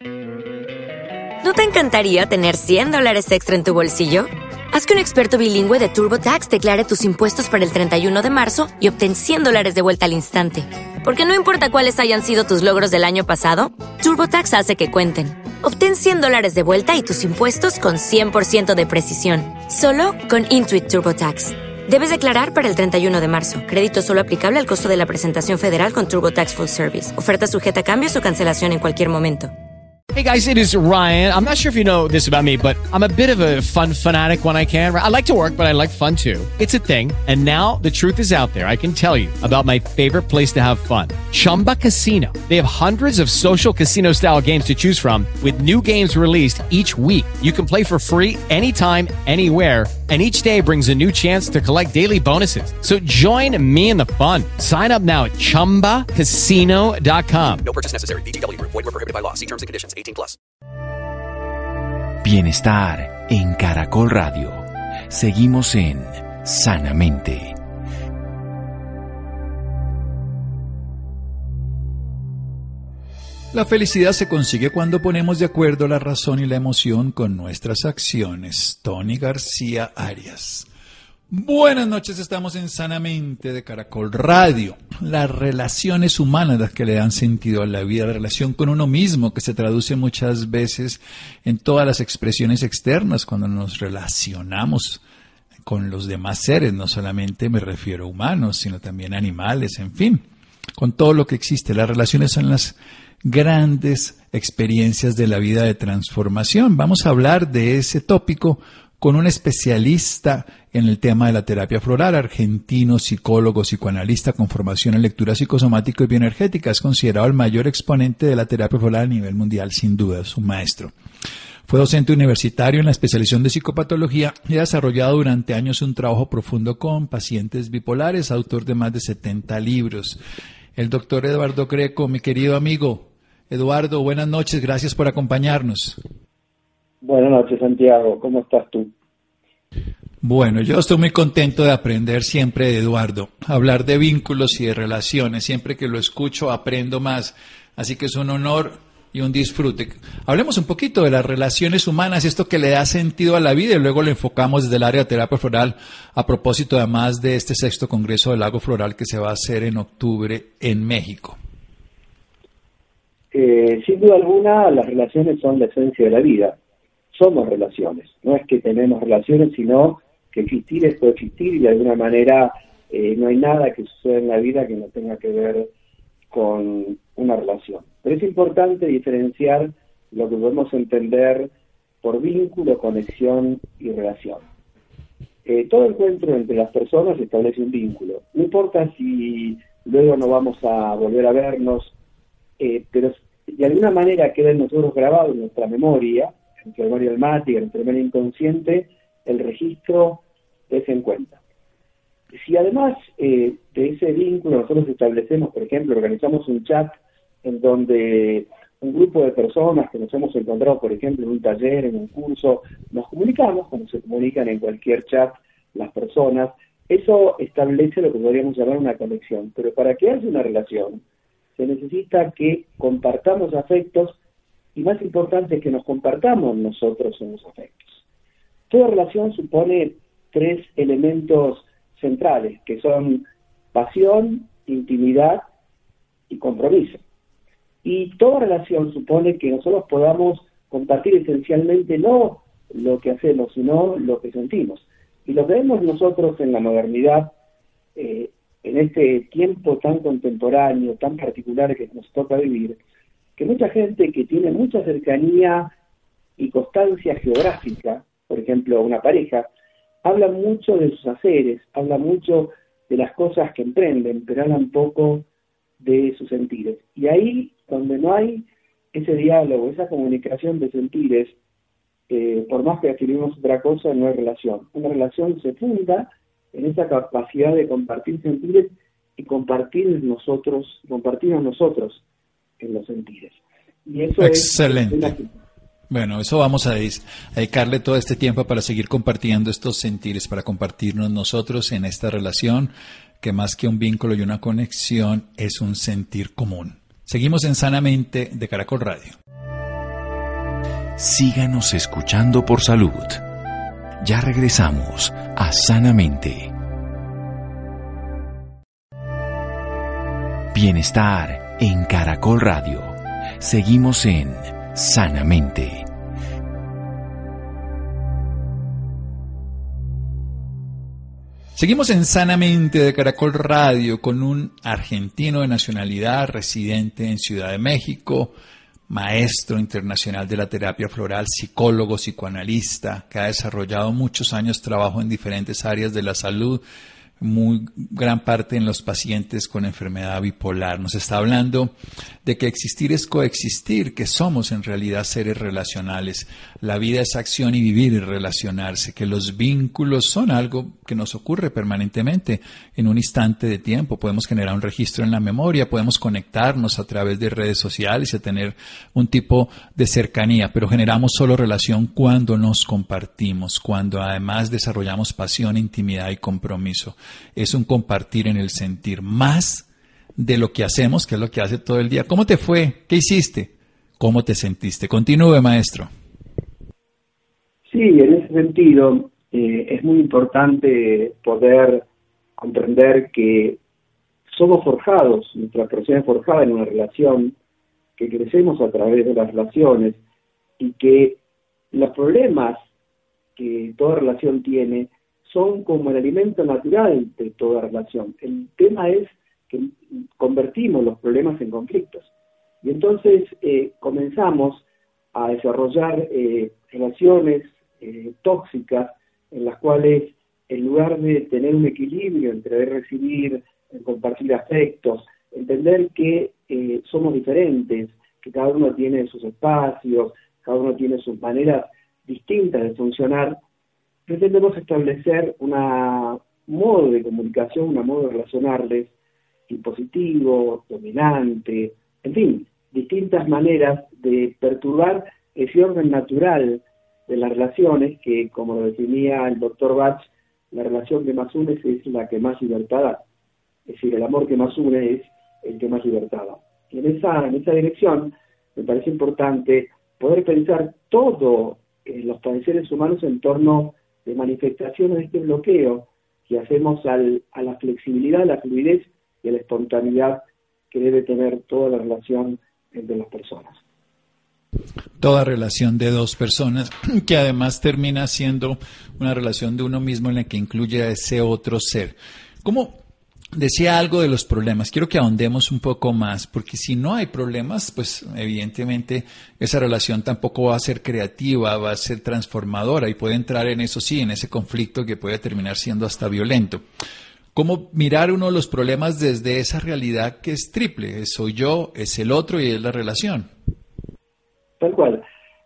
¿No te encantaría tener $100 extra en tu bolsillo? Haz que un experto bilingüe de TurboTax declare tus impuestos para el 31 de marzo y obtén $100 de vuelta al instante. Porque no importa cuáles hayan sido tus logros del año pasado, TurboTax hace que cuenten. Obtén $100 de vuelta y tus impuestos con 100% de precisión. Solo con Intuit TurboTax. Debes declarar para el 31 de marzo. Crédito solo aplicable al costo de la presentación federal con TurboTax Full Service. Oferta sujeta a cambios o cancelación en cualquier momento. Hey guys, it is Ryan. I'm not sure if you know this about me, but I'm a bit of a fun fanatic when I can. I like to work, but I like fun too. It's a thing. And now the truth is out there. I can tell you about my favorite place to have fun. Chumba Casino. They have hundreds of social casino style games to choose from with new games released each week. You can play for free anytime, anywhere. And each day brings a new chance to collect daily bonuses. So join me in the fun. Sign up now at ChumbaCasino.com. No purchase necessary. VGW Group. Void where prohibited by law. See terms and conditions. 18+. Bienestar en Caracol Radio. Seguimos en Sanamente. La felicidad se consigue cuando ponemos de acuerdo la razón y la emoción con nuestras acciones. Tony García Arias. Buenas noches, estamos en Sanamente de Caracol Radio. Las relaciones humanas, las que le dan sentido a la vida, la relación con uno mismo, que se traduce muchas veces en todas las expresiones externas cuando nos relacionamos con los demás seres. No solamente me refiero a humanos, sino también a animales, en fin, con todo lo que existe. Las relaciones son las grandes experiencias de la vida de transformación. Vamos a hablar de ese tópico con un especialista en el tema de la terapia floral, argentino, psicólogo, psicoanalista con formación en lectura psicosomática y bioenergética. Es considerado el mayor exponente de la terapia floral a nivel mundial, sin duda, es un maestro. Fue docente universitario en la especialización de psicopatología y ha desarrollado durante años un trabajo profundo con pacientes bipolares, autor de más de 70 libros. El doctor Eduardo Greco, mi querido amigo. Eduardo, buenas noches, gracias por acompañarnos. Buenas noches, Santiago. ¿Cómo estás tú? Bueno, yo estoy muy contento de aprender siempre de Eduardo. Hablar de vínculos y de relaciones. Siempre que lo escucho aprendo más. Así que es un honor y un disfrute. Hablemos un poquito de las relaciones humanas, esto que le da sentido a la vida, y luego lo enfocamos desde el área de terapia floral a propósito además de este 6º Congreso del Lago Floral que se va a hacer en octubre en México. Sin duda alguna, las relaciones son la esencia de la vida. Somos relaciones. No es que tenemos relaciones, sino que existir es coexistir y de alguna manera no hay nada que suceda en la vida que no tenga que ver con una relación. Pero es importante diferenciar lo que podemos entender por vínculo, conexión y relación. Todo encuentro entre las personas establece un vínculo. No importa si luego no vamos a volver a vernos, pero de alguna manera queda en nosotros grabado en nuestra memoria almática, en nuestra memoria inconsciente, el registro de ese encuentro. Si además de ese vínculo nosotros establecemos, por ejemplo, organizamos un chat en donde un grupo de personas que nos hemos encontrado, por ejemplo, en un taller, en un curso, nos comunicamos, como se comunican en cualquier chat las personas, eso establece lo que podríamos llamar una conexión. Pero para que haya una relación, se necesita que compartamos afectos y, más importante, que nos compartamos nosotros en los afectos. Toda relación supone 3 elementos centrales, que son pasión, intimidad y compromiso. Y toda relación supone que nosotros podamos compartir esencialmente no lo que hacemos, sino lo que sentimos. Y lo que vemos nosotros en la modernidad, en este tiempo tan contemporáneo, tan particular que nos toca vivir, que mucha gente que tiene mucha cercanía y constancia geográfica, por ejemplo, una pareja, habla mucho de sus haceres, habla mucho de las cosas que emprenden, pero hablan poco de sus sentires. Y ahí, donde no hay ese diálogo, esa comunicación de sentires, por más que escribimos otra cosa, no hay relación. Una relación se funda en esa capacidad de compartir sentires y compartirnos nosotros en los sentires. Y eso excelente. Bueno, eso vamos a dedicarle todo este tiempo para seguir compartiendo estos sentires, para compartirnos nosotros en esta relación, que más que un vínculo y una conexión, es un sentir común. Seguimos en Sanamente de Caracol Radio. síganos escuchando por salud. Ya regresamos a Sanamente. Bienestar en Caracol Radio. Seguimos en Sanamente. Seguimos en Sanamente de Caracol Radio con un argentino de nacionalidad, residente en Ciudad de México, maestro internacional de la terapia floral, psicólogo, psicoanalista, que ha desarrollado muchos años trabajo en diferentes áreas de la salud, muy gran parte en los pacientes con enfermedad bipolar. Nos está hablando de que existir es coexistir, que somos en realidad seres relacionales. La vida es acción y vivir es relacionarse, que los vínculos son algo que nos ocurre permanentemente en un instante de tiempo. Podemos generar un registro en la memoria, podemos conectarnos a través de redes sociales y tener un tipo de cercanía, pero generamos solo relación cuando nos compartimos, cuando además desarrollamos pasión, intimidad y compromiso. Es un compartir en el sentir más de lo que hacemos, que es lo que hace todo el día. ¿Cómo te fue? ¿Qué hiciste? ¿Cómo te sentiste? Continúe, maestro. Sí, en ese sentido es muy importante poder comprender que somos forjados, nuestra persona es forjada en una relación, que crecemos a través de las relaciones y que los problemas que toda relación tiene son como el alimento natural de toda relación. El tema es que convertimos los problemas en conflictos. Y entonces comenzamos a desarrollar relaciones tóxicas en las cuales, en lugar de tener un equilibrio entre dar y recibir, compartir afectos, entender que somos diferentes, que cada uno tiene sus espacios, cada uno tiene sus maneras distintas de funcionar, pretendemos establecer un modo de comunicación, un modo de relacionarles impositivo, dominante, en fin, distintas maneras de perturbar ese orden natural de las relaciones que, como lo definía el doctor Bach, la relación que más une es la que más libertad da. Es decir, el amor que más une es el que más libertad da. Y en esa dirección me parece importante poder pensar todo los padeceres humanos en torno de manifestaciones de este bloqueo que hacemos a la flexibilidad, a la fluidez y a la espontaneidad que debe tener toda la relación entre las personas. Toda relación de dos personas, que además termina siendo una relación de uno mismo en la que incluye a ese otro ser. ¿Cómo decía algo de los problemas? Quiero que ahondemos un poco más, porque si no hay problemas, pues evidentemente esa relación tampoco va a ser creativa, va a ser transformadora y puede entrar en eso sí, en ese conflicto que puede terminar siendo hasta violento. ¿Cómo mirar uno de los problemas desde esa realidad que es triple? Soy yo, es el otro y es la relación. Tal cual.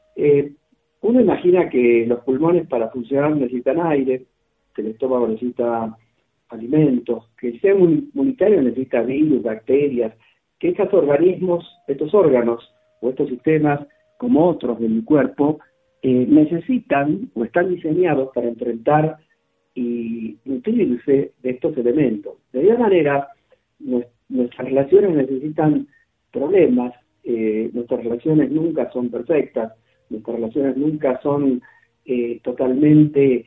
Uno imagina que los pulmones para funcionar necesitan aire, que el estómago necesita alimentos, que el sistema inmunitario necesita virus, bacterias, que estos organismos, estos órganos o estos sistemas, como otros de mi cuerpo, necesitan o están diseñados para enfrentar y nutrirse de estos elementos. De alguna manera, nuestras relaciones necesitan problemas, nuestras relaciones nunca son perfectas, nuestras relaciones nunca son totalmente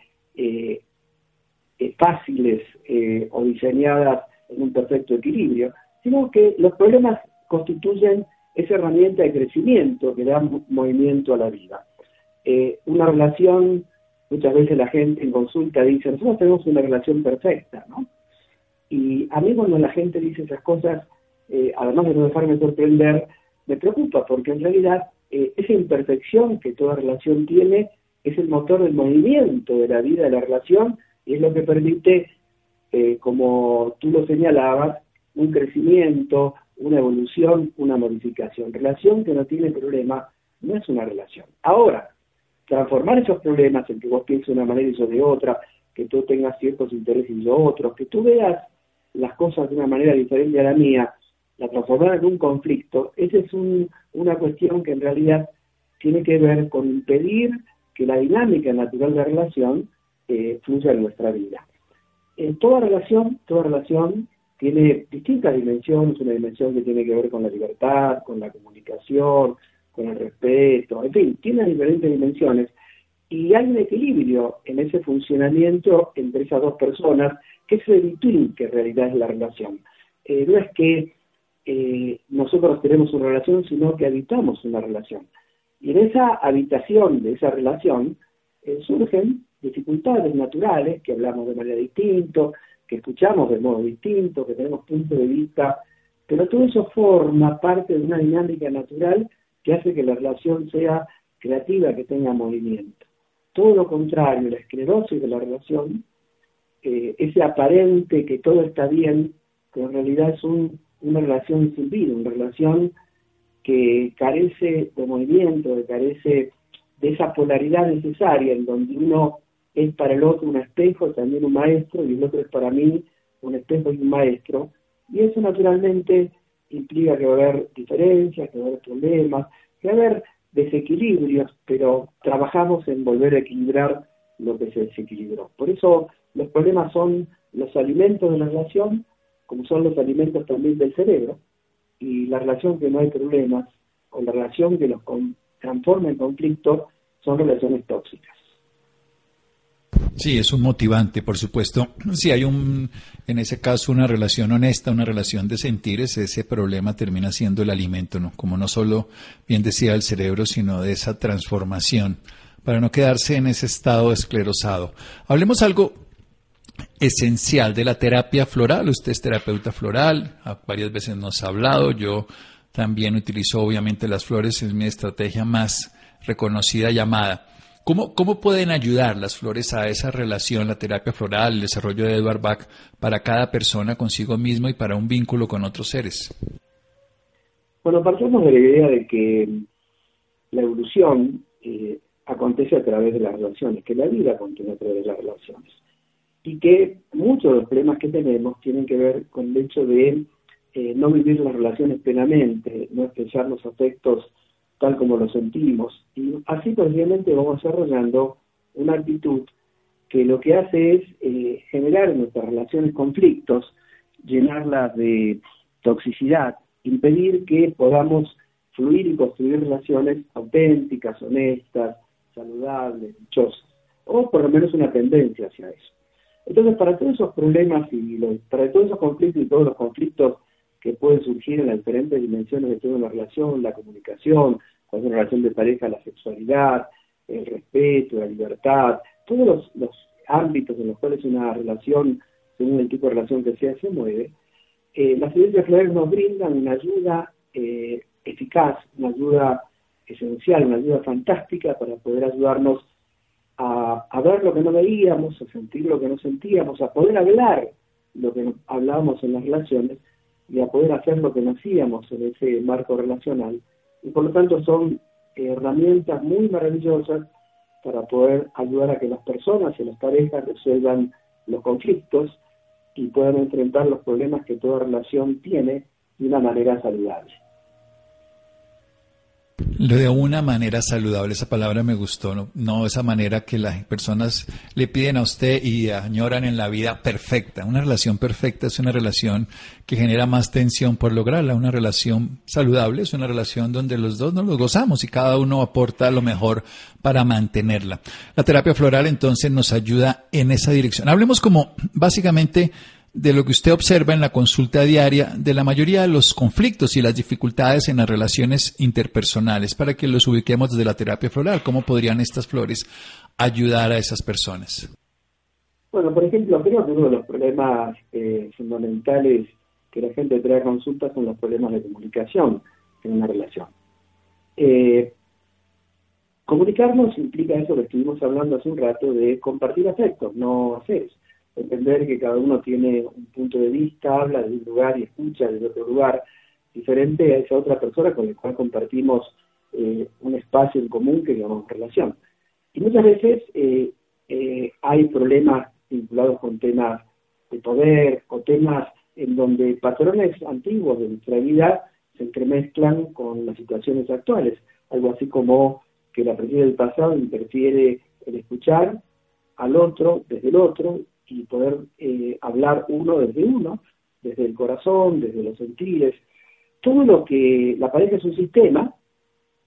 fáciles o diseñadas en un perfecto equilibrio, sino que los problemas constituyen esa herramienta de crecimiento que da movimiento a la vida. Una relación, muchas veces la gente en consulta dice, nosotros tenemos una relación perfecta, ¿no? Y a mí cuando la gente dice esas cosas, además de no dejarme sorprender, me preocupa, porque en realidad esa imperfección que toda relación tiene es el motor del movimiento de la vida de la relación y es lo que permite, como tú lo señalabas, un crecimiento, una evolución, una modificación. Relación que no tiene problema no es una relación. Ahora, transformar esos problemas en que vos pienses de una manera y yo de otra, que tú tengas ciertos intereses y yo otros, que tú veas las cosas de una manera diferente a la mía, la transformar en un conflicto, esa es una cuestión que en realidad tiene que ver con impedir que la dinámica natural de la relación fluya en nuestra vida. Toda relación tiene distintas dimensiones, una dimensión que tiene que ver con la libertad, con la comunicación, con el respeto, en fin, tiene diferentes dimensiones. Y hay un equilibrio en ese funcionamiento entre esas dos personas, que es el between, que en realidad es la relación. No es que nosotros tenemos una relación, sino que habitamos una relación. Y en esa habitación de esa relación surgen dificultades naturales, que hablamos de manera distinta, que escuchamos de modo distinto, que tenemos puntos de vista, pero todo eso forma parte de una dinámica natural que hace que la relación sea creativa, que tenga movimiento. Todo lo contrario, la esclerosis de la relación, ese aparente que todo está bien, pero en realidad es una relación sin vida, una relación que carece de movimiento, que carece de esa polaridad necesaria en donde uno es para el otro un espejo, también un maestro, y el otro es para mí un espejo y un maestro, y eso naturalmente implica que va a haber diferencias, que va a haber problemas, que va a haber desequilibrios, pero trabajamos en volver a equilibrar lo que se desequilibró. Por eso los problemas son los alimentos de la relación, como son los alimentos también del cerebro, y la relación que no hay problemas, o la relación que los transforma en conflicto, son relaciones tóxicas. Sí, es un motivante, por supuesto. Si hay en ese caso, una relación honesta, una relación de sentires, ese problema termina siendo el alimento, ¿no? Como no solo, bien decía, el cerebro, sino de esa transformación, para no quedarse en ese estado esclerosado. Hablemos algo esencial de la terapia floral. Usted es terapeuta floral, varias veces nos ha hablado. Yo también utilizo, obviamente, las flores, es mi estrategia más reconocida y amada. ¿Cómo pueden ayudar las flores a esa relación, la terapia floral, el desarrollo de Edward Bach, para cada persona consigo mismo y para un vínculo con otros seres? Bueno, partimos de la idea de que la evolución acontece a través de las relaciones, que la vida continúa a través de las relaciones, y que muchos de los problemas que tenemos tienen que ver con el hecho de no vivir las relaciones plenamente, no expresar los afectos tal como lo sentimos, y así posiblemente vamos desarrollando una actitud que lo que hace es generar en nuestras relaciones conflictos, llenarlas de toxicidad, impedir que podamos fluir y construir relaciones auténticas, honestas, saludables, dichosas, o por lo menos una tendencia hacia eso. Entonces, para todos esos problemas para todos esos conflictos y todos los conflictos que pueden surgir en las diferentes dimensiones de toda una relación, la comunicación, cuando es una relación de pareja, la sexualidad, el respeto, la libertad, todos los ámbitos en los cuales una relación, según el tipo de relación que sea, se mueve, las evidencias florales nos brindan una ayuda eficaz, una ayuda esencial, una ayuda fantástica para poder ayudarnos a ver lo que no veíamos, a sentir lo que no sentíamos, a poder hablar lo que hablábamos en las relaciones y a poder hacer lo que no hacíamos en ese marco relacional. Y por lo tanto son herramientas muy maravillosas para poder ayudar a que las personas y las parejas resuelvan los conflictos y puedan enfrentar los problemas que toda relación tiene de una manera saludable. Lo de una manera saludable, esa palabra me gustó, no esa manera que las personas le piden a usted y añoran en la vida perfecta. Una relación perfecta es una relación que genera más tensión por lograrla. Una relación saludable es una relación donde los dos nos lo gozamos y cada uno aporta lo mejor para mantenerla. La terapia floral entonces nos ayuda en esa dirección. Hablemos como básicamente de lo que usted observa en la consulta diaria de la mayoría de los conflictos y las dificultades en las relaciones interpersonales, para que los ubiquemos desde la terapia floral. ¿Cómo podrían estas flores ayudar a esas personas? Bueno, por ejemplo, creo que uno de los problemas fundamentales que la gente trae a consulta son los problemas de comunicación en una relación. Comunicarnos implica eso que estuvimos hablando hace un rato de compartir afectos, no haceres. Entender que cada uno tiene un punto de vista, habla de un lugar y escucha de otro lugar, diferente a esa otra persona con la cual compartimos un espacio en común que llamamos relación. Y muchas veces hay problemas vinculados con temas de poder o temas en donde patrones antiguos de nuestra vida se entremezclan con las situaciones actuales. Algo así como que la presencia del pasado interfiere en escuchar al otro desde el otro y poder hablar uno, desde el corazón, desde los sentires. Todo lo que la pareja es un sistema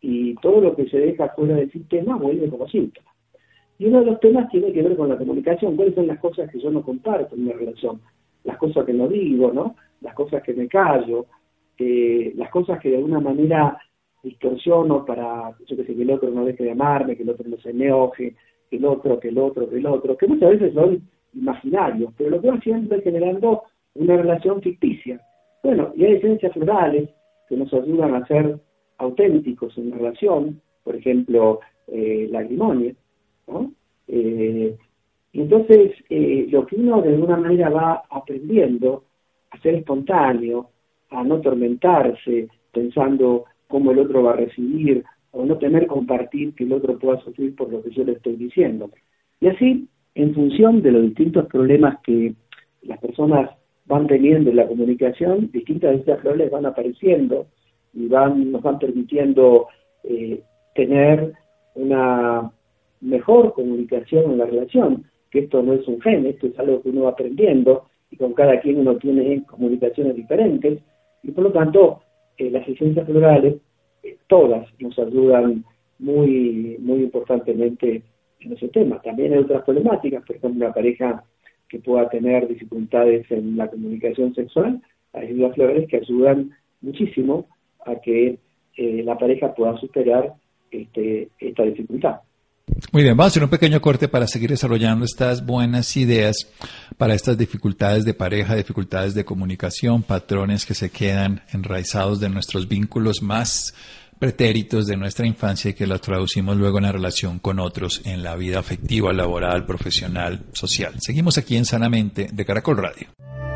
y todo lo que se deja fuera del sistema vuelve como síntoma. Y uno de los temas tiene que ver con la comunicación. ¿Cuáles son las cosas que yo no comparto en una relación? Las cosas que no digo, ¿no? Las cosas que me callo, las cosas que de alguna manera distorsiono para, yo que sé, que el otro no deje de amarme, que el otro no se enoje, que el otro, que muchas veces son imaginarios, pero lo que va haciendo es generando una relación ficticia. Bueno, y hay esencias florales que nos ayudan a ser auténticos en una relación, por ejemplo, la agrimonia, ¿no? Y entonces, lo que uno de alguna manera va aprendiendo a ser espontáneo, a no atormentarse, pensando cómo el otro va a recibir, o no temer compartir que el otro pueda sufrir por lo que yo le estoy diciendo. Y así, en función de los distintos problemas que las personas van teniendo en la comunicación, distintas de estas flores van apareciendo y nos van permitiendo tener una mejor comunicación en la relación, que esto no es un gen, esto es algo que uno va aprendiendo, y con cada quien uno tiene comunicaciones diferentes, y por lo tanto, las esencias florales, todas nos ayudan muy, muy importantemente en ese tema. También hay otras problemáticas, por ejemplo, una pareja que pueda tener dificultades en la comunicación sexual, hay las flores que ayudan muchísimo a que la pareja pueda superar esta dificultad. Muy bien, vamos a hacer un pequeño corte para seguir desarrollando estas buenas ideas para estas dificultades de pareja, dificultades de comunicación, patrones que se quedan enraizados de nuestros vínculos más pretéritos de nuestra infancia y que los traducimos luego en la relación con otros, en la vida afectiva, laboral, profesional, social. Seguimos aquí en Sanamente de Caracol Radio.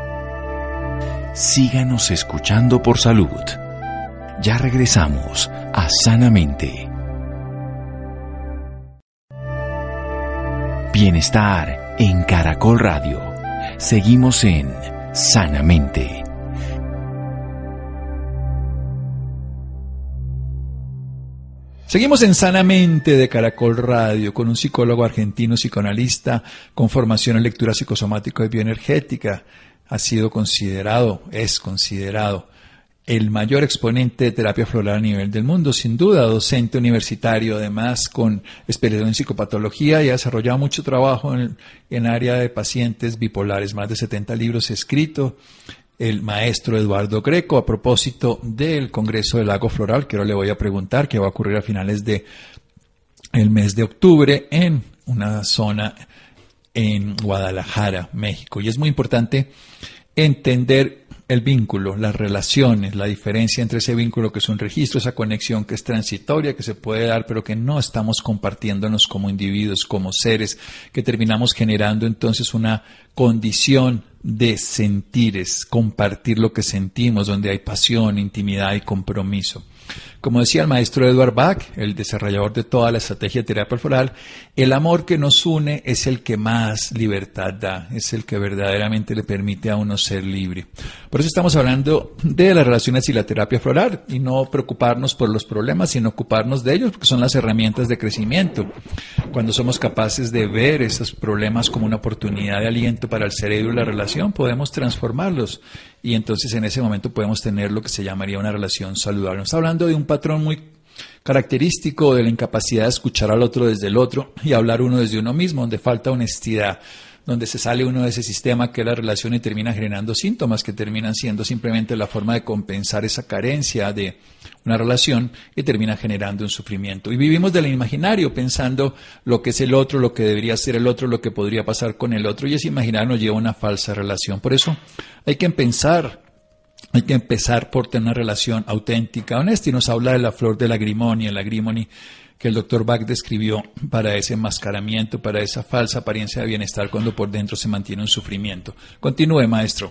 Síganos escuchando por salud. Ya regresamos a Sanamente. Bienestar en Caracol Radio. Seguimos en Sanamente. Seguimos en Sanamente de Caracol Radio con un psicólogo argentino psicoanalista con formación en lectura psicosomática y bioenergética. Es considerado el mayor exponente de terapia floral a nivel del mundo, sin duda, docente universitario, además con especialización en psicopatología, y ha desarrollado mucho trabajo en área de pacientes bipolares, más de 70 libros escritos. El maestro Eduardo Greco, a propósito del Congreso del Lago Floral, que ahora le voy a preguntar, que va a ocurrir a finales de el mes de octubre en una zona en Guadalajara, México. Y es muy importante entender el vínculo, las relaciones, la diferencia entre ese vínculo que es un registro, esa conexión que es transitoria, que se puede dar, pero que no estamos compartiéndonos como individuos, como seres, que terminamos generando entonces una condición de sentires, compartir lo que sentimos, donde hay pasión, intimidad y compromiso. Como decía el maestro Edward Bach, el desarrollador de toda la estrategia de terapia floral, el amor que nos une es el que más libertad da, es el que verdaderamente le permite a uno ser libre. Por eso estamos hablando de las relaciones y la terapia floral, y no preocuparnos por los problemas, sino ocuparnos de ellos, porque son las herramientas de crecimiento. Cuando somos capaces de ver esos problemas como una oportunidad de aliento para el cerebro y la relación, podemos transformarlos, y entonces en ese momento podemos tener lo que se llamaría una relación saludable. Nos está hablando de un patrón muy característico de la incapacidad de escuchar al otro desde el otro y hablar uno desde uno mismo, donde falta honestidad, donde se sale uno de ese sistema que es la relación y termina generando síntomas que terminan siendo simplemente la forma de compensar esa carencia de una relación y termina generando un sufrimiento. Y vivimos del imaginario pensando lo que es el otro, lo que debería ser el otro, lo que podría pasar con el otro, y ese imaginario nos lleva a una falsa relación. Por eso hay que empezar por tener una relación auténtica, honesta, y nos habla de la flor de la agrimonia, que el doctor Bach describió para ese enmascaramiento, para esa falsa apariencia de bienestar cuando por dentro se mantiene un sufrimiento. Continúe, maestro.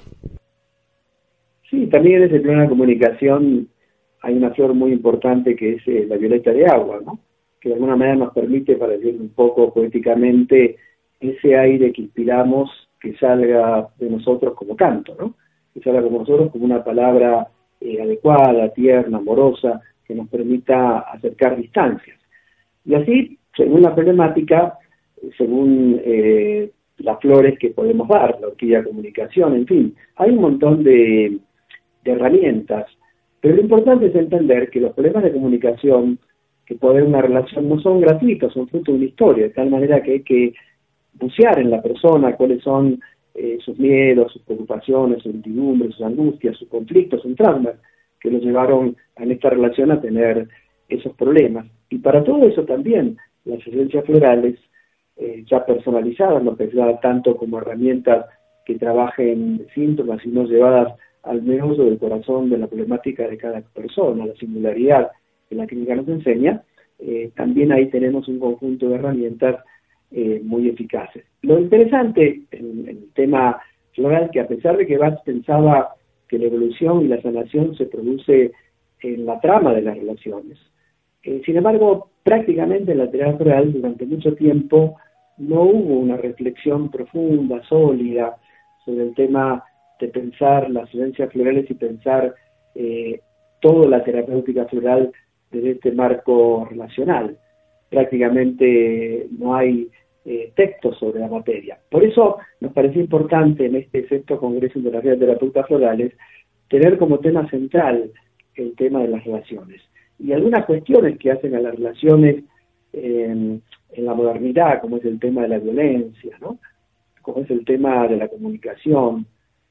Sí, también en ese plano de comunicación hay una flor muy importante que es la violeta de agua, ¿no? Que de alguna manera nos permite, para decirlo un poco poéticamente, ese aire que inspiramos que salga de nosotros como canto, ¿no? Que salga como nosotros como una palabra adecuada, tierna, amorosa, que nos permita acercar distancias. Y así, según la problemática, según las flores que podemos dar, la orquídea de comunicación, en fin, hay un montón de herramientas, pero lo importante es entender que los problemas de comunicación que puede haber una relación, no son gratuitos, son fruto de una historia, de tal manera que hay que bucear en la persona cuáles son sus miedos, sus preocupaciones, sus incertidumbres, sus angustias, sus conflictos, sus traumas, que los llevaron en esta relación a tener esos problemas. Y para todo eso también las esencias florales, ya personalizadas, no pensadas tanto como herramientas que trabajen síntomas, sino llevadas al meollo del corazón de la problemática de cada persona, la singularidad que la clínica nos enseña, también ahí tenemos un conjunto de herramientas muy eficaces. Lo interesante en el tema floral, que a pesar de que Bach pensaba que la evolución y la sanación se produce en la trama de las relaciones, sin embargo, prácticamente en la terapia floral durante mucho tiempo no hubo una reflexión profunda, sólida, sobre el tema de pensar las esencias florales y pensar toda la terapéutica floral desde este marco relacional. Prácticamente no hay textos sobre la materia. Por eso nos parece importante en este sexto Congreso Internacional de Terapeutas Florales tener como tema central el tema de las relaciones. Y algunas cuestiones que hacen a las relaciones en la modernidad, como es el tema de la violencia, ¿no? Como es el tema de la comunicación,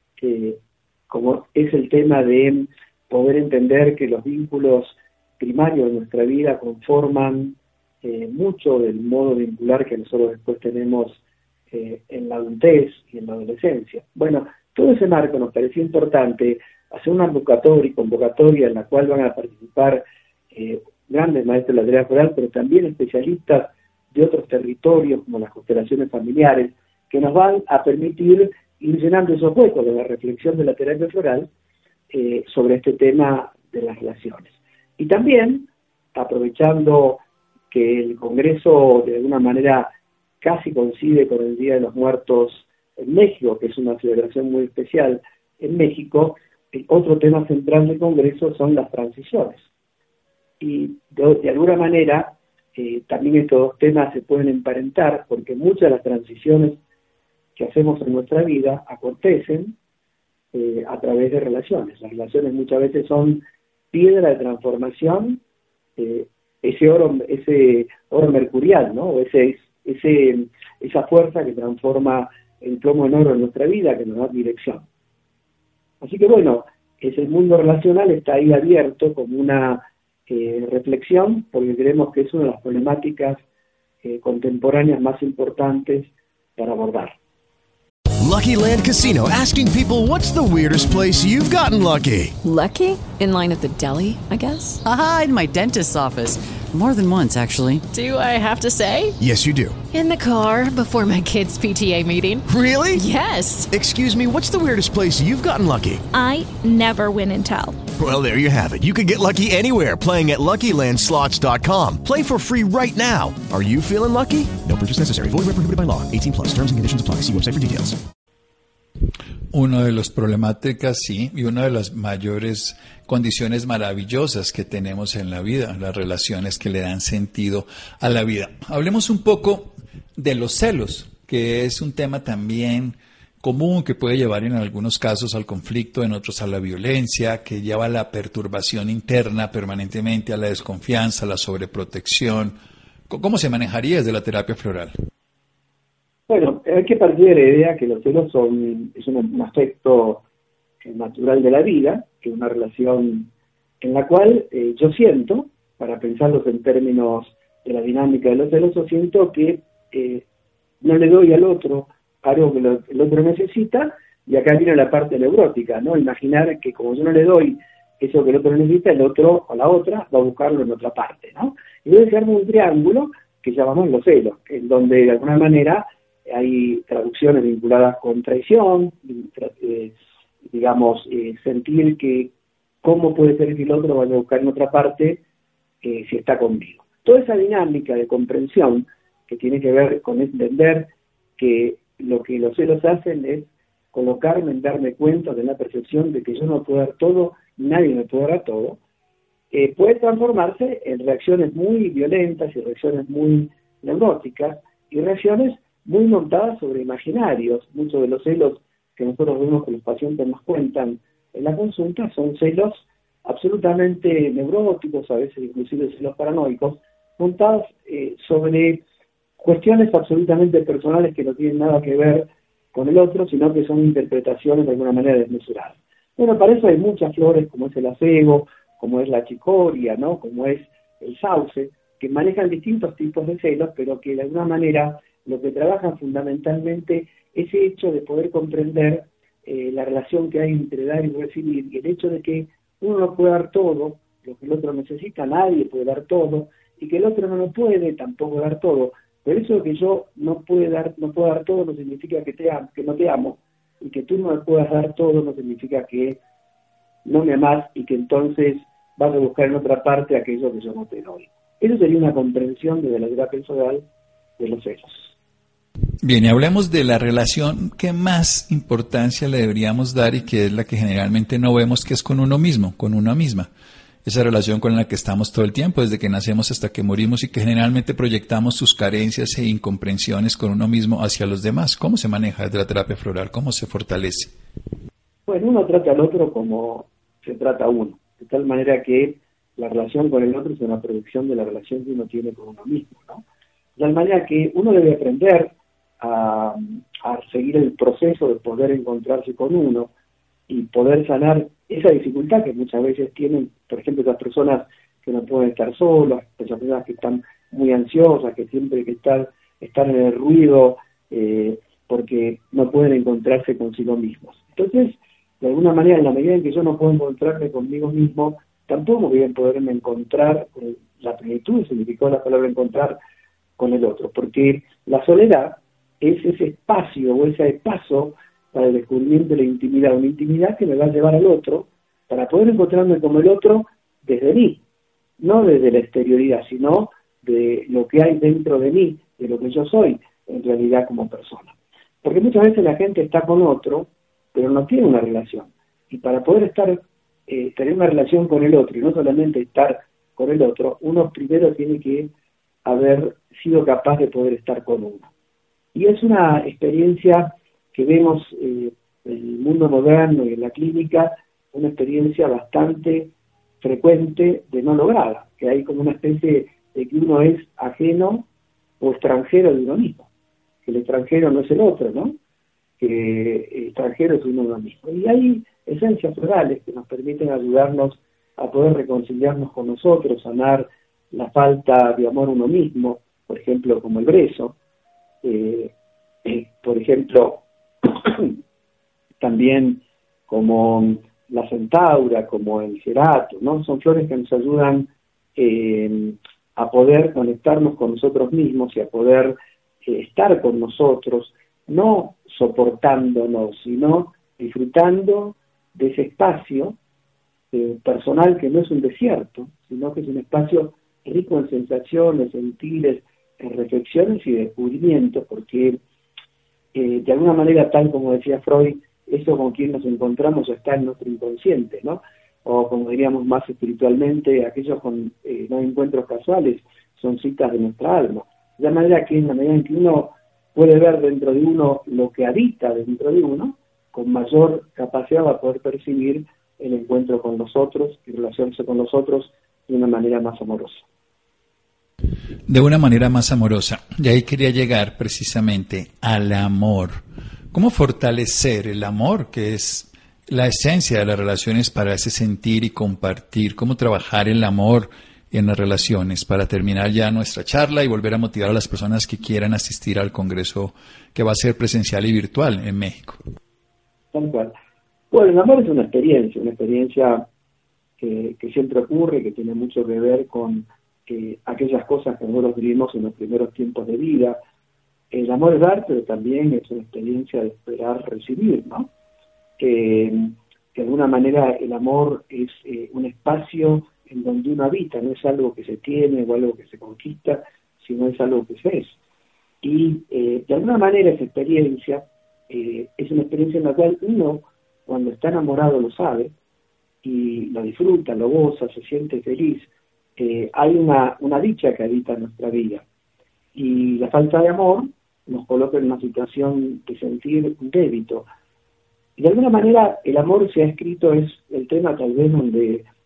como es el tema de poder entender que los vínculos primarios de nuestra vida conforman mucho del modo vincular que nosotros después tenemos en la adultez y en la adolescencia. Bueno, todo ese marco nos parecía importante hacer una convocatoria en la cual van a participar grandes maestros de la terapia floral, pero también especialistas de otros territorios como las constelaciones familiares, que nos van a permitir ir llenando esos huecos de la reflexión de la terapia floral sobre este tema de las relaciones. Y también, aprovechando que el Congreso de alguna manera casi coincide con el Día de los Muertos en México, que es una celebración muy especial en México, otro tema central del Congreso son las transiciones. Y de alguna manera también estos dos temas se pueden emparentar, porque muchas de las transiciones que hacemos en nuestra vida acontecen a través de relaciones. Las relaciones muchas veces son piedra de transformación, ese oro mercurial, ¿no? O esa fuerza que transforma el plomo en oro en nuestra vida, que nos da dirección. Así que bueno, ese mundo relacional está ahí abierto como una reflexión, porque creemos que es una de las problemáticas contemporáneas más importantes para abordar. Lucky Land Casino, asking people, what's the weirdest place you've gotten lucky? Lucky? In line at the deli, I guess? Aha, in my dentist's office. More than once, actually. Do I have to say? Yes, you do. In the car before my kids' PTA meeting. Really? Yes. Excuse me, what's the weirdest place you've gotten lucky? I never win and tell. Well, there you have it. You can get lucky anywhere, playing at LuckyLandSlots.com. Play for free right now. Are you feeling lucky? No purchase necessary. Void where prohibited by law. 18+. Terms and conditions apply. See website for details. Una de las problemáticas, sí, y una de las mayores condiciones maravillosas que tenemos en la vida, las relaciones que le dan sentido a la vida. Hablemos un poco de los celos, que es un tema también común que puede llevar en algunos casos al conflicto, en otros a la violencia, que lleva a la perturbación interna permanentemente, a la desconfianza, a la sobreprotección. ¿Cómo se manejaría desde la terapia floral? Bueno, hay que partir de la idea que los celos es un aspecto natural de la vida, que es una relación en la cual yo siento, para pensarlos en términos de la dinámica de los celos, yo siento que no le doy al otro algo que el otro necesita, y acá viene la parte neurótica, ¿no? Imaginar que como yo no le doy eso que el otro necesita, el otro o la otra va a buscarlo en otra parte, ¿no? Y debe ser un triángulo que llamamos los celos, en donde de alguna manera hay traducciones vinculadas con traición, sentir que cómo puede ser que el otro vaya a buscar en otra parte si está conmigo. Toda esa dinámica de comprensión que tiene que ver con entender que lo que los celos hacen es colocarme en darme cuenta de la percepción de que yo no puedo dar todo, nadie me puede dar todo, puede transformarse en reacciones muy violentas y reacciones muy neuróticas y reacciones muy montadas sobre imaginarios. Muchos de los celos que nosotros vemos que los pacientes nos cuentan en la consulta son celos absolutamente neuróticos, a veces inclusive celos paranoicos, montados sobre cuestiones absolutamente personales que no tienen nada que ver con el otro, sino que son interpretaciones de alguna manera desmesuradas. Bueno, para eso hay muchas flores, como es el acebo, como es la chicoria, ¿no? Como es el sauce, que manejan distintos tipos de celos, pero que de alguna manera lo que trabajan fundamentalmente es el hecho de poder comprender la relación que hay entre dar y recibir, y el hecho de que uno no puede dar todo lo que el otro necesita, nadie puede dar todo, y que el otro no lo puede tampoco dar todo. Pero eso de que yo no puedo dar todo no significa que no te amo, y que tú no me puedas dar todo no significa que no me amás y que entonces vas a buscar en otra parte aquello que yo no te doy. Eso sería una comprensión desde la terapia personal de los celos. Bien, y hablemos de la relación que más importancia le deberíamos dar y que es la que generalmente no vemos, que es con uno mismo, con una misma. Esa relación con la que estamos todo el tiempo, desde que nacemos hasta que morimos, y que generalmente proyectamos sus carencias e incomprensiones con uno mismo hacia los demás. ¿Cómo se maneja desde la terapia floral? ¿Cómo se fortalece? Bueno, uno trata al otro como se trata a uno, de tal manera que la relación con el otro es una proyección de la relación que uno tiene con uno mismo, ¿no? De tal manera que uno debe aprender a seguir el proceso de poder encontrarse con uno y poder sanar esa dificultad que muchas veces tienen, por ejemplo, esas personas que no pueden estar solas, esas personas que están muy ansiosas, que siempre que están en el ruido porque no pueden encontrarse consigo mismos. Entonces, de alguna manera, en la medida en que yo no puedo encontrarme conmigo mismo, tampoco voy a poderme encontrar con la plenitud, significó la palabra encontrar, con el otro, porque la soledad es ese espacio o ese paso para el descubrimiento de la intimidad, una intimidad que me va a llevar al otro para poder encontrarme como el otro desde mí, no desde la exterioridad, sino de lo que hay dentro de mí, de lo que yo soy en realidad como persona. Porque muchas veces la gente está con otro, pero no tiene una relación. Y para poder tener una relación con el otro, y no solamente estar con el otro, uno primero tiene que haber sido capaz de poder estar con uno. Y es una experiencia que vemos en el mundo moderno y en la clínica, una experiencia bastante frecuente de no lograda, que hay como una especie de que uno es ajeno o extranjero de uno mismo, que el extranjero no es el otro, ¿no? Que el extranjero es uno mismo. Y hay esencias florales que nos permiten ayudarnos a poder reconciliarnos con nosotros, sanar la falta de amor a uno mismo, por ejemplo, como el brezo, por ejemplo, también como la centaura, como el cerato, ¿no? Son flores que nos ayudan a poder conectarnos con nosotros mismos y a poder estar con nosotros, no soportándonos, sino disfrutando de ese espacio personal que no es un desierto, sino que es un espacio rico en sensaciones, sentires, en reflexiones y descubrimientos, porque de alguna manera, tal como decía Freud, eso con quien nos encontramos está en nuestro inconsciente, ¿no? O como diríamos más espiritualmente, aquellos con no encuentros casuales son citas de nuestra alma. De la manera que en la medida en que uno puede ver dentro de uno lo que habita dentro de uno, con mayor capacidad va a poder percibir el encuentro con los otros y relacionarse con los otros de una manera más amorosa. De una manera más amorosa. Y ahí quería llegar precisamente al amor. ¿Cómo fortalecer el amor, que es la esencia de las relaciones, para ese sentir y compartir? ¿Cómo trabajar el amor en las relaciones para terminar ya nuestra charla y volver a motivar a las personas que quieran asistir al congreso que va a ser presencial y virtual en México? Tal cual. Bueno, el amor es una experiencia que siempre ocurre, que tiene mucho que ver con aquellas cosas que nosotros vivimos en los primeros tiempos de vida. El amor es dar, pero también es una experiencia de esperar recibir, ¿no? Que de alguna manera el amor es un espacio en donde uno habita, no es algo que se tiene o algo que se conquista, sino es algo que se es. Y de alguna manera esa experiencia es una experiencia en la cual uno, cuando está enamorado, lo sabe y lo disfruta, lo goza, se siente feliz. Hay una dicha que habita en nuestra vida. Y la falta de amor nos coloca en una situación de sentir un débito. Y de alguna manera el amor se ha escrito, es el tema tal vez donde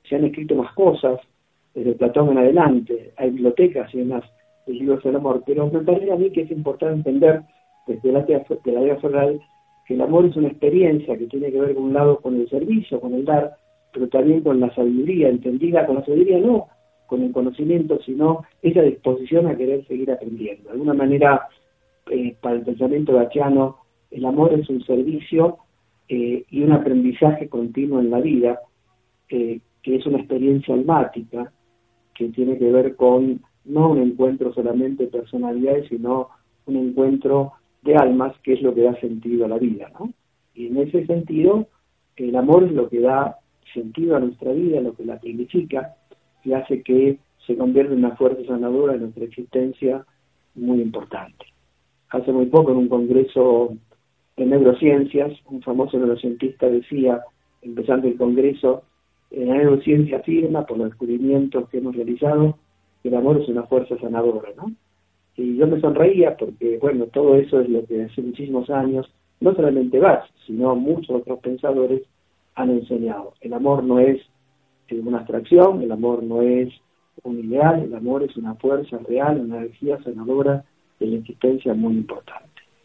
se han escrito más cosas, desde Platón en adelante, hay bibliotecas y demás de libros del amor, pero me parece a mí que es importante entender desde la teoría floral que el amor es una experiencia que tiene que ver por un lado con el servicio, con el dar, pero también con la sabiduría, entendida con la sabiduría no con el conocimiento, sino esa disposición a querer seguir aprendiendo. De alguna manera, para el pensamiento gachiano, el amor es un servicio y un aprendizaje continuo en la vida, que es una experiencia almática, que tiene que ver con no un encuentro solamente de personalidades, sino un encuentro de almas, que es lo que da sentido a la vida, ¿no? Y en ese sentido, el amor es lo que da sentido a nuestra vida, lo que la dignifica y hace que se convierta en una fuerza sanadora de nuestra existencia muy importante. Hace muy poco, en un congreso de neurociencias, un famoso neurocientista decía, empezando el congreso, la neurociencia afirma, por los descubrimientos que hemos realizado, que el amor es una fuerza sanadora, ¿no? Y yo me sonreía porque, bueno, todo eso es lo que hace muchísimos años, no solamente Bach, sino muchos otros pensadores han enseñado. El amor no es una abstracción, el amor no es un ideal, el amor es una fuerza real, una energía sanadora de la existencia muy importante.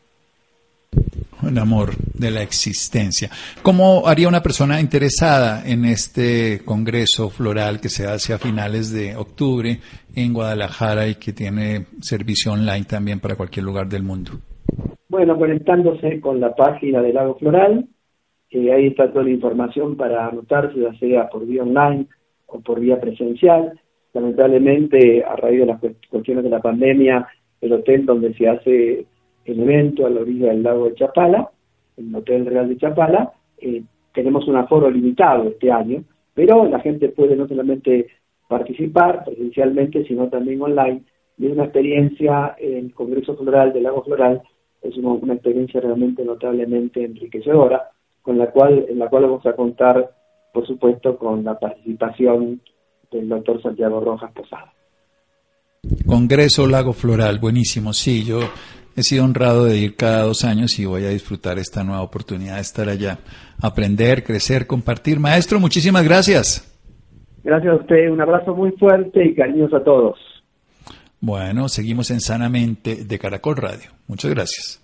Un amor de la existencia. ¿Cómo haría una persona interesada en este congreso floral que se hace a finales de octubre en Guadalajara y que tiene servicio online también para cualquier lugar del mundo? Bueno, conectándose con la página del Lago Floral, ahí está toda la información para anotarse, ya sea por vía online o por vía presencial. Lamentablemente, a raíz de las cuestiones de la pandemia, el hotel donde se hace el evento a la orilla del lago de Chapala, el Hotel Real de Chapala, tenemos un aforo limitado este año, pero la gente puede no solamente participar presencialmente, sino también online, y es una experiencia, el Congreso Floral del Lago Floral es una experiencia realmente notablemente enriquecedora, en la cual vamos a contar, por supuesto, con la participación del doctor Santiago Rojas Posada. Congreso Lago Floral, buenísimo, sí, yo he sido honrado de ir cada 2 años y voy a disfrutar esta nueva oportunidad de estar allá, aprender, crecer, compartir. Maestro, muchísimas gracias. Gracias a usted, un abrazo muy fuerte y cariños a todos. Bueno, seguimos en Sanamente de Caracol Radio. Muchas gracias.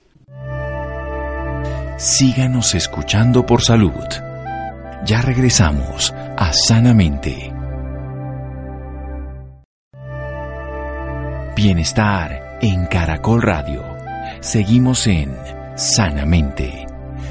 Síganos escuchando por salud. Ya regresamos a Sanamente. Bienestar en Caracol Radio. Seguimos en Sanamente.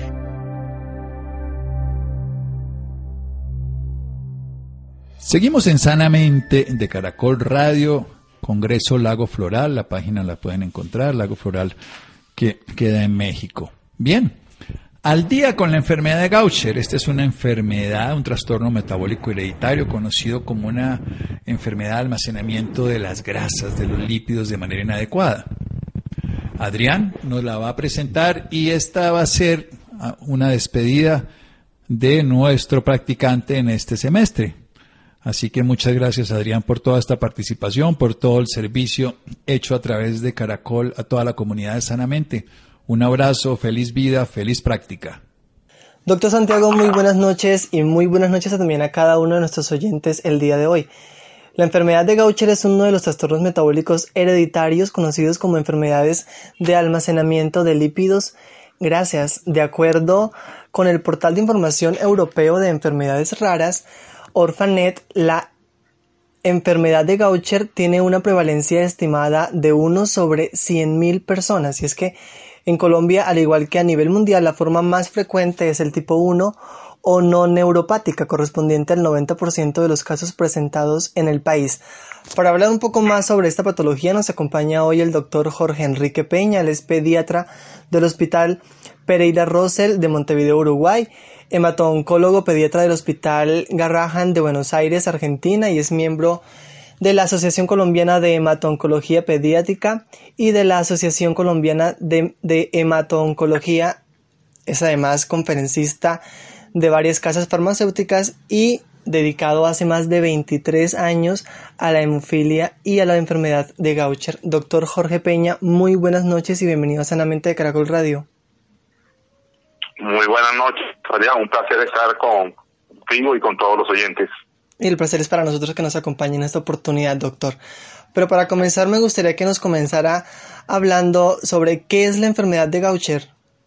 Seguimos en Sanamente de Caracol Radio, Congreso Lago Floral, la página la pueden encontrar, Lago Floral, que queda en México. Bien, al día con la enfermedad de Gaucher. Esta es una enfermedad, un trastorno metabólico hereditario conocido como una enfermedad de almacenamiento de las grasas, de los lípidos de manera inadecuada. Adrián nos la va a presentar y esta va a ser una despedida de nuestro practicante en este semestre. Así que muchas gracias, Adrián, por toda esta participación, por todo el servicio hecho a través de Caracol a toda la comunidad de Sanamente. Un abrazo, feliz vida, feliz práctica. Doctor Santiago, muy buenas noches y muy buenas noches también a cada uno de nuestros oyentes el día de hoy. La enfermedad de Gaucher es uno de los trastornos metabólicos hereditarios conocidos como enfermedades de almacenamiento de lípidos. Gracias. De acuerdo con el portal de información europeo de enfermedades raras, Orphanet, la enfermedad de Gaucher tiene una prevalencia estimada de 1 sobre 100.000 personas. Y es que en Colombia, al igual que a nivel mundial, la forma más frecuente es el tipo 1 o no neuropática, correspondiente al 90% de los casos presentados en el país. Para hablar un poco más sobre esta patología nos acompaña hoy el doctor Jorge Enrique Peña. Él es pediatra del Hospital Pereira Rosell de Montevideo, Uruguay, hemato-oncólogo pediatra del Hospital Garrahan de Buenos Aires, Argentina, y es miembro de la Asociación Colombiana de Hemato-Oncología Pediátrica y de la Asociación Colombiana de Hemato-Oncología. Es además conferencista de varias casas farmacéuticas y dedicado hace más de 23 años a la hemofilia y a la enfermedad de Gaucher. Doctor Jorge Peña, muy buenas noches y bienvenido a Sanamente de Caracol Radio. Muy buenas noches, Adrián. Un placer estar contigo y con todos los oyentes. Y el placer es para nosotros que nos acompañe en esta oportunidad, doctor. Pero para comenzar me gustaría que nos comenzara hablando sobre qué es la enfermedad de Gaucher.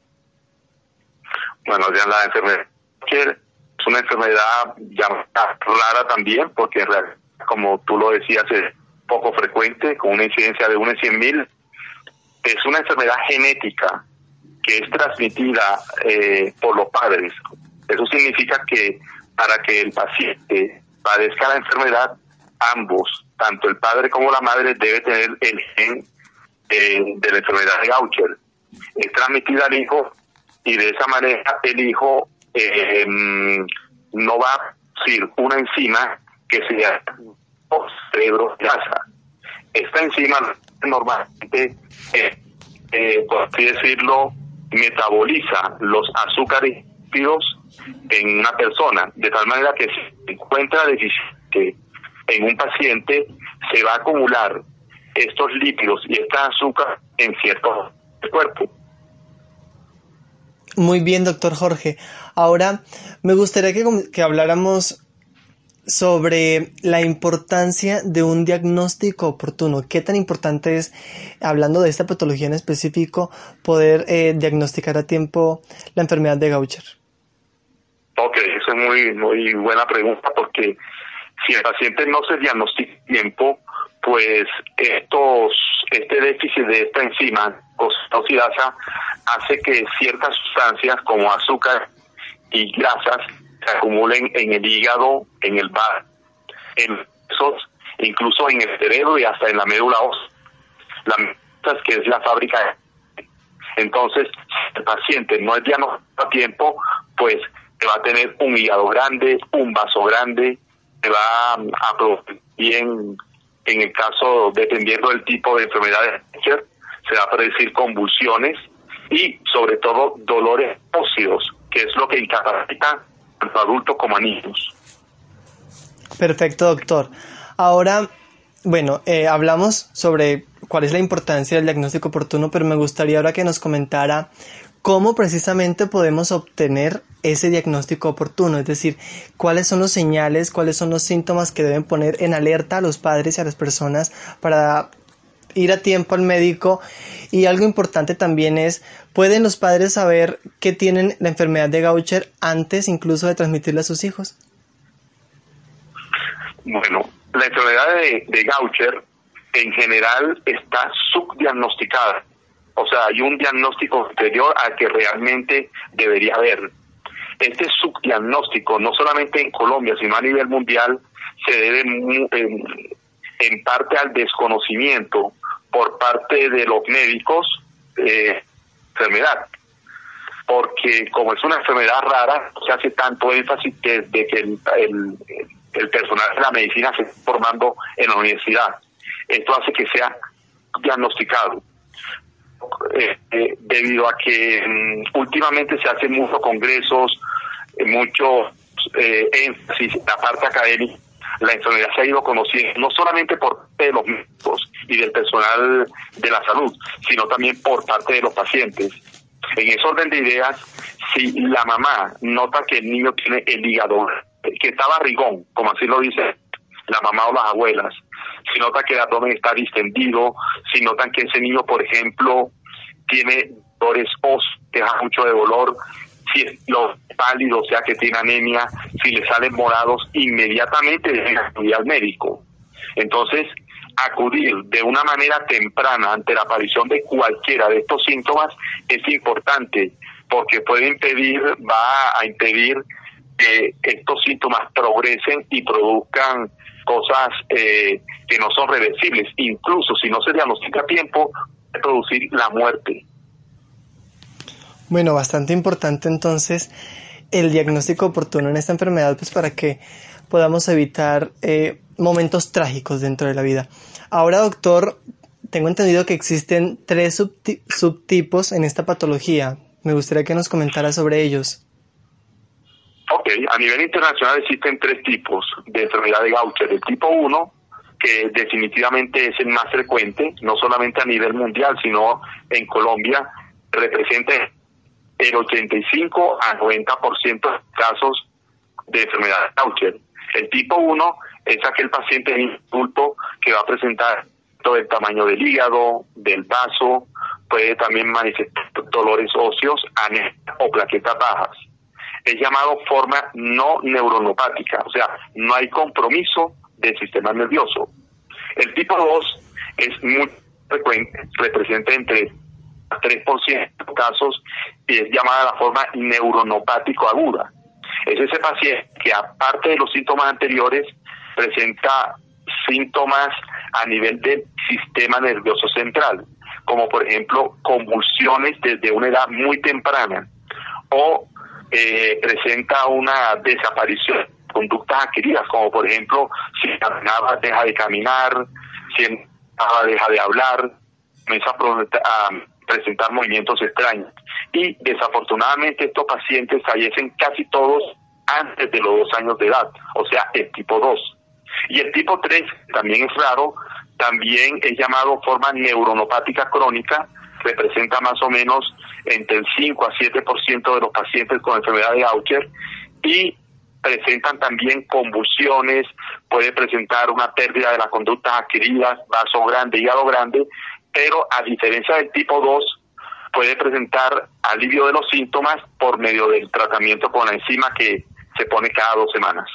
Bueno, ya la enfermedad de Gaucher es una enfermedad llamada rara también, porque en realidad, como tú lo decías, es poco frecuente, con una incidencia de 1 en 100.000. Es una enfermedad genética que es transmitida por los padres. Eso significa que para que el paciente padezca la enfermedad, ambos, tanto el padre como la madre, debe tener el gen de la enfermedad de Gaucher. Es transmitida al hijo y de esa manera el hijo no va a producir una enzima que se llama cerebrograsa. Esta enzima normalmente, por así decirlo, metaboliza los azúcares lípidos en una persona, de tal manera que si se encuentra deficiente en un paciente, se va a acumular estos lípidos y esta azúcar en cierto cuerpo. Muy bien, doctor Jorge. Ahora me gustaría que habláramos sobre la importancia de un diagnóstico oportuno. ¿Qué tan importante es, hablando de esta patología en específico, poder diagnosticar a tiempo la enfermedad de Gaucher? Ok, eso es muy buena pregunta, porque si el paciente no se diagnostica a tiempo, pues este déficit de esta enzima oxidasa hace que ciertas sustancias como azúcar y grasas se acumulen en el hígado, en el bazo, en los huesos, incluso en el cerebro y hasta en la médula ósea, que es la fábrica. Entonces, si el paciente no es diagnosticado a tiempo, pues va a tener un hígado grande, un vaso grande, se va a producir bien, en el caso, dependiendo del tipo de enfermedad de Gaucher, se va a producir convulsiones y sobre todo dolores óseos, que es lo que incapacita tanto a adultos como a niños. Perfecto, doctor. Ahora, bueno, hablamos sobre cuál es la importancia del diagnóstico oportuno, pero me gustaría ahora que nos comentara cómo precisamente podemos obtener ese diagnóstico oportuno, es decir, cuáles son los señales, cuáles son los síntomas que deben poner en alerta a los padres y a las personas para ir a tiempo al médico. Y algo importante también es, ¿pueden los padres saber que tienen la enfermedad de Gaucher antes incluso de transmitirla a sus hijos? Bueno, la enfermedad de Gaucher en general está subdiagnosticada. O sea, hay un diagnóstico anterior al que realmente debería haber. Este subdiagnóstico, no solamente en Colombia, sino a nivel mundial, se debe en parte al desconocimiento por parte de los médicos de enfermedad. Porque como es una enfermedad rara, se hace tanto énfasis de que el personal de la medicina se está formando en la universidad. Esto hace que sea diagnosticado. Debido a que últimamente se hacen muchos congresos, mucho énfasis en la parte académica, la enfermedad se ha ido conociendo no solamente por parte de los médicos y del personal de la salud, sino también por parte de los pacientes. En ese orden de ideas, si la mamá nota que el niño tiene el hígado, que está barrigón, como así lo dice la mamá o las abuelas, si nota que el abdomen está distendido, si notan que ese niño, por ejemplo, tiene dolores óseos, deja mucho de dolor, si es pálido, o sea que tiene anemia, si le salen morados, inmediatamente deben acudir al médico. Entonces, acudir de una manera temprana ante la aparición de cualquiera de estos síntomas es importante, porque va a impedir que estos síntomas progresen y produzcan cosas que no son reversibles. Incluso si no se diagnostica a tiempo, puede producir la muerte. Bueno, bastante importante entonces el diagnóstico oportuno en esta enfermedad, pues para que podamos evitar momentos trágicos dentro de la vida. Ahora, doctor, tengo entendido que existen 3 subtipos en esta patología. Me gustaría que nos comentara sobre ellos. Ok, a nivel internacional existen 3 tipos de enfermedad de Gaucher. El tipo 1, que definitivamente es el más frecuente, no solamente a nivel mundial, sino en Colombia, representa el 85 a 90% de casos de enfermedad de Gaucher. El tipo 1 es aquel paciente adulto que va a presentar todo el tamaño del hígado, del vaso, puede también manifestar dolores óseos, anemia o plaquetas bajas. Es llamado forma no neuronopática, o sea, no hay compromiso del sistema nervioso. El tipo 2 es muy frecuente, representa entre 3% de casos y es llamada la forma neuronopático aguda. Es ese paciente que, aparte de los síntomas anteriores, presenta síntomas a nivel del sistema nervioso central, como por ejemplo convulsiones desde una edad muy temprana, o presenta una desaparición de conductas adquiridas, como por ejemplo si caminaba deja de caminar, si hablaba deja de hablar, comienza a presentar movimientos extraños. Y desafortunadamente estos pacientes fallecen casi todos antes de los 2 años de edad, o sea, el tipo 2. Y el tipo 3, también es raro, también es llamado forma neuronopática crónica, representa más o menos entre el 5 a 7% de los pacientes con enfermedad de Gaucher, y presentan también convulsiones, puede presentar una pérdida de las conductas adquiridas, vaso grande, hígado grande, pero a diferencia del tipo 2, puede presentar alivio de los síntomas por medio del tratamiento con la enzima que se pone cada 2 semanas.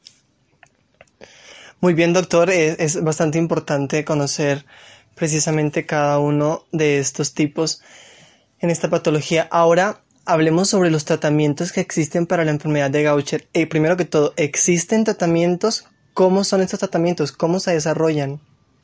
Muy bien, doctor, es bastante importante conocer precisamente cada uno de estos tipos en esta patología. Ahora hablemos sobre los tratamientos que existen para la enfermedad de Gaucher. Primero que todo, ¿existen tratamientos? ¿Cómo son estos tratamientos? ¿Cómo se desarrollan?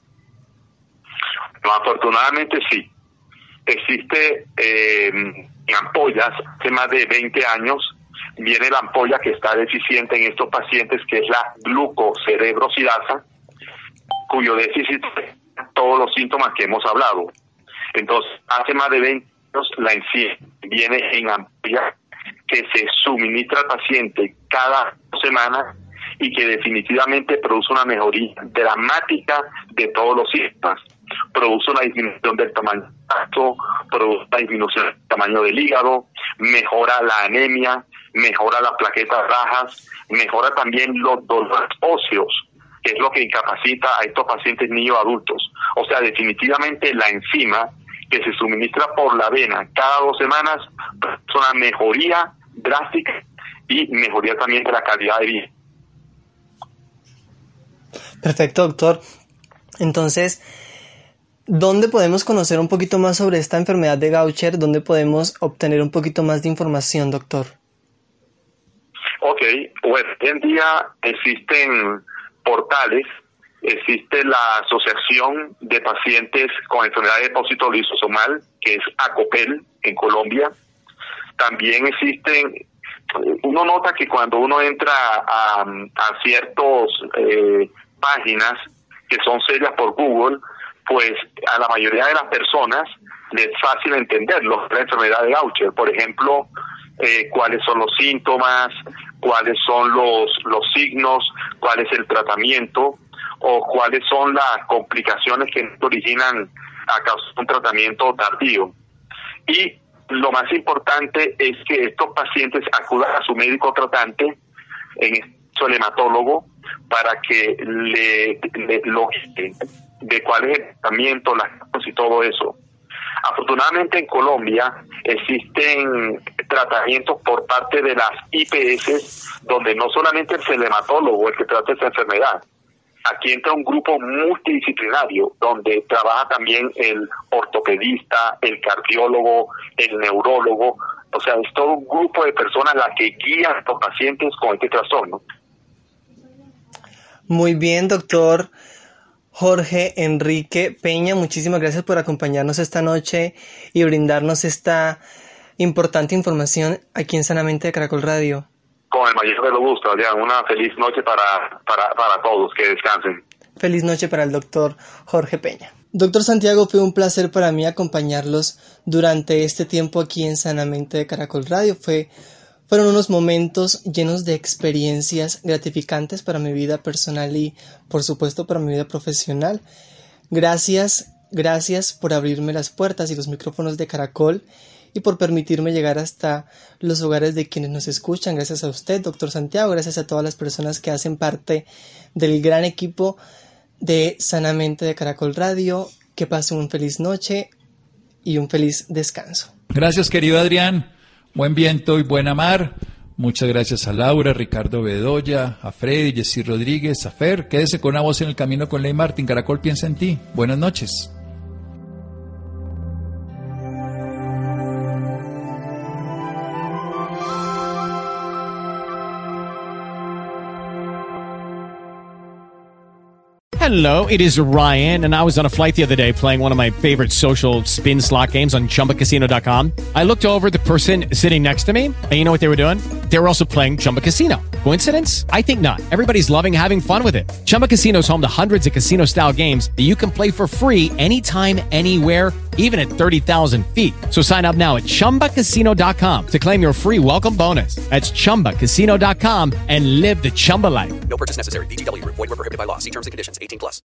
No, afortunadamente sí. Existe en ampollas, hace más de 20 años, viene la ampolla que está deficiente en estos pacientes, que es la glucocerebrosidasa, cuyo déficit todos los síntomas que hemos hablado. Entonces, hace más de 20 años la enzima viene en ampolla que se suministra al paciente cada 2 semanas y que definitivamente produce una mejoría dramática de todos los síntomas. Produce una disminución del tamaño del vaso, produce una disminución del tamaño del hígado, mejora la anemia, mejora las plaquetas bajas, mejora también los dolores óseos, que es lo que incapacita a estos pacientes niños adultos. O sea, definitivamente la enzima que se suministra por la vena cada 2 semanas es una mejoría drástica y mejoría también de la calidad de vida. Perfecto, doctor. Entonces, ¿dónde podemos conocer un poquito más sobre esta enfermedad de Gaucher? ¿Dónde podemos obtener un poquito más de información, doctor? Ok, bueno, hoy en día existen portales, existe la Asociación de Pacientes con Enfermedad de Depósito Lisosomal, que es ACOPEL en Colombia. También existen, uno nota que cuando uno entra a ciertas páginas que son serias por Google, pues a la mayoría de las personas les es fácil entenderlo, la enfermedad de Gaucher. Por ejemplo, cuáles son los síntomas, cuáles son los signos, cuál es el tratamiento o cuáles son las complicaciones que originan a causa de un tratamiento tardío. Y lo lo es que estos pacientes acudan a su médico tratante, en el hematólogo, para que le guíe de cuál es el tratamiento, las causas y todo eso. Afortunadamente en Colombia existen tratamientos por parte de las IPS, donde no solamente es el hematólogo el que trata esta enfermedad. Aquí entra un grupo multidisciplinario donde trabaja también el ortopedista, el cardiólogo, el neurólogo. O sea, es todo un grupo de personas las que guían a los pacientes con este trastorno. Muy bien, doctor Jorge Enrique Peña, muchísimas gracias por acompañarnos esta noche y brindarnos esta importante información aquí en Sanamente de Caracol Radio. Con el mayor de los gustos, Adrián. Una feliz noche para todos, que descansen. Feliz noche para el doctor Jorge Peña. Doctor Santiago, fue un placer para mí acompañarlos durante este tiempo aquí en Sanamente de Caracol Radio. Fueron unos momentos llenos de experiencias gratificantes para mi vida personal y, por supuesto, para mi vida profesional. Gracias por abrirme las puertas y los micrófonos de Caracol y por permitirme llegar hasta los hogares de quienes nos escuchan. Gracias a usted, doctor Santiago, gracias a todas las personas que hacen parte del gran equipo de Sanamente de Caracol Radio. Que pasen una feliz noche y un feliz descanso. Gracias, querido Adrián. Buen viento y buena mar. Muchas gracias a Laura, Ricardo Bedoya, a Freddy, Jessy Rodríguez, a Fer. Quédese con Una Voz en el Camino con Ley Martín. Caracol piensa en ti. Buenas noches. Hello, it is Ryan, and I was on a flight the other day playing one of my favorite social spin slot games on ChumbaCasino.com. I looked over at the person sitting next to me, and you know what they were doing? They were also playing Chumba Casino. Coincidence? I think not. Everybody's loving having fun with it. Chumba Casino is home to hundreds of casino-style games that you can play for free anytime, anywhere, even at 30,000 feet. So sign up now at ChumbaCasino.com to claim your free welcome bonus. That's ChumbaCasino.com and live the Chumba life. No purchase necessary. VGW. Void where prohibited by law. See terms and conditions. 18+.